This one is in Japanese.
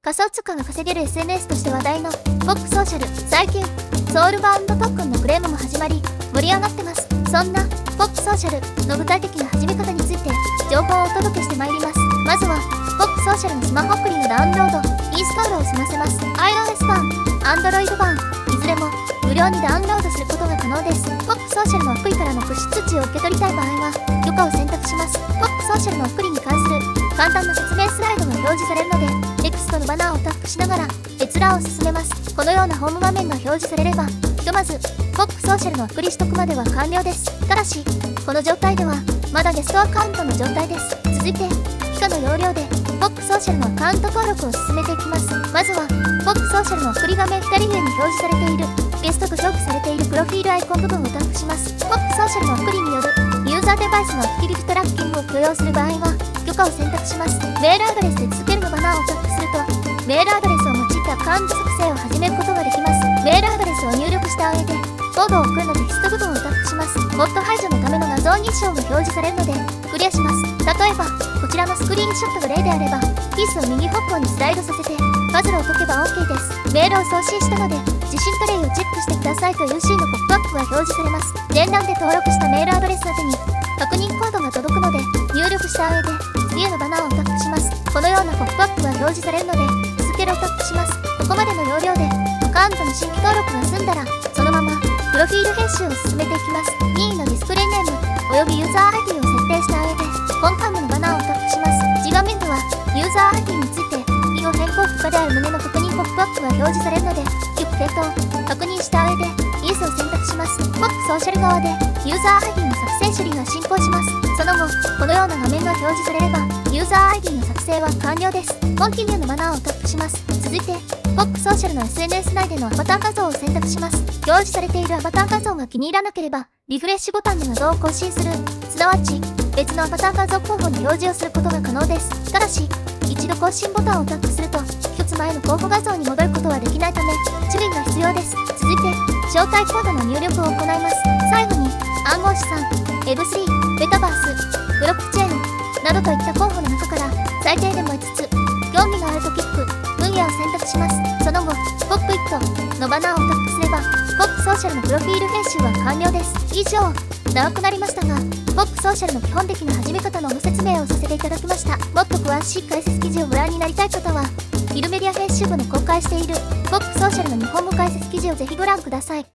仮想通貨が稼げる SNS として話題のPOCソーシャル。最近ソウルバウンドトークンのクレームも始まり盛り上がってます。そんなPOCソーシャルの具体的な始め方について情報をお届けしてまいります。まずはPOCソーシャルのスマホアプリのダウンロードインストールを済ませます。 iOS 版 Android 版いずれも無料にダウンロードすることが可能です。POCソーシャルのアプリからのプッシュ通知を受け取りたい場合は許可を選択します。POCソーシャルのアプリに関する簡単な説明スライドが表示されるのでテクストのバナーをタップしながら閲覧を進めます。このようなホーム画面が表示されればひとまずPOCソーシャルのアプリ取得までは完了です。ただしこの状態ではまだゲストアカウントの状態です。続いて以下の要領でPOCソーシャルのアカウント登録を進めていきます。まずはPOCソーシャルのアプリ画面左上に表示されているゲストと表記されているプロフィールアイコン部分をタップします。POCソーシャルのアプリによるユーザーデバイスのアクティビティトラッキングを許容する場合は許可を選択します。メールアドレスで続けるのバナーをタップするとメールアドレスを用いたアカウント作成を始めることができます。メールアドレスを入力した上でコードを送るのテキスト部分をタップします。ボット排除のための画像認証が表示されるのでクリアします。例えばこちらのスクリーンショットが例であればピースを右方向にスライドさせてパズルを解けば OK です。メールを送信したので受信トレイをチェックしてくださいという C のポップアップが表示されます。前段で登録したメールアドレス宛てに確認コードが届くので入力した上で次へのバナーをタップします。このようなポップアップが表示されるので続けるをタップします。ここまでの要領でアカウントの新規登録が済んだらそのままプロフィール編集を進めていきます。任意のディスプレイネームおよびユーザー ID を設定した上でコンカムのバナーをタップします。次画面ではユーザー ID について以後変更不可である旨の確認ポップアップが表示されるのでよく系統確認した上でイエスを選択します。POCソーシャル側でユーザー ID の作成処理が進行します。その後このような画面が表示されればユーザー ID の作成は完了です。コンティニューのバナーをタップします。続いてPOCソーシャルの SNS 内でのアバター画像を選択します。表示されているアバター画像が気に入らなければリフレッシュボタンで画像を更新するすなわち別のアバター画像候補に表示をすることが可能です。ただし一度更新ボタンをタップすると一つ前の候補画像に戻ることはできないため注意が必要です。続いて招待コードの入力を行います。最後に暗号資産 Web3 メタバースブロックチェーンなどといった候補の中から最低でも5つ興味があるとキック分野を選択します。その後POCのバナーをタップすればPOCソーシャルのプロフィール編集は完了です。以上長くなりましたがPOCソーシャルの基本的な始め方のご説明をさせていただきました。もっと詳しい解説記事をご覧になりたい方はフィルメディア編集部の公開しているPOCソーシャルの日本語解説記事をぜひご覧ください。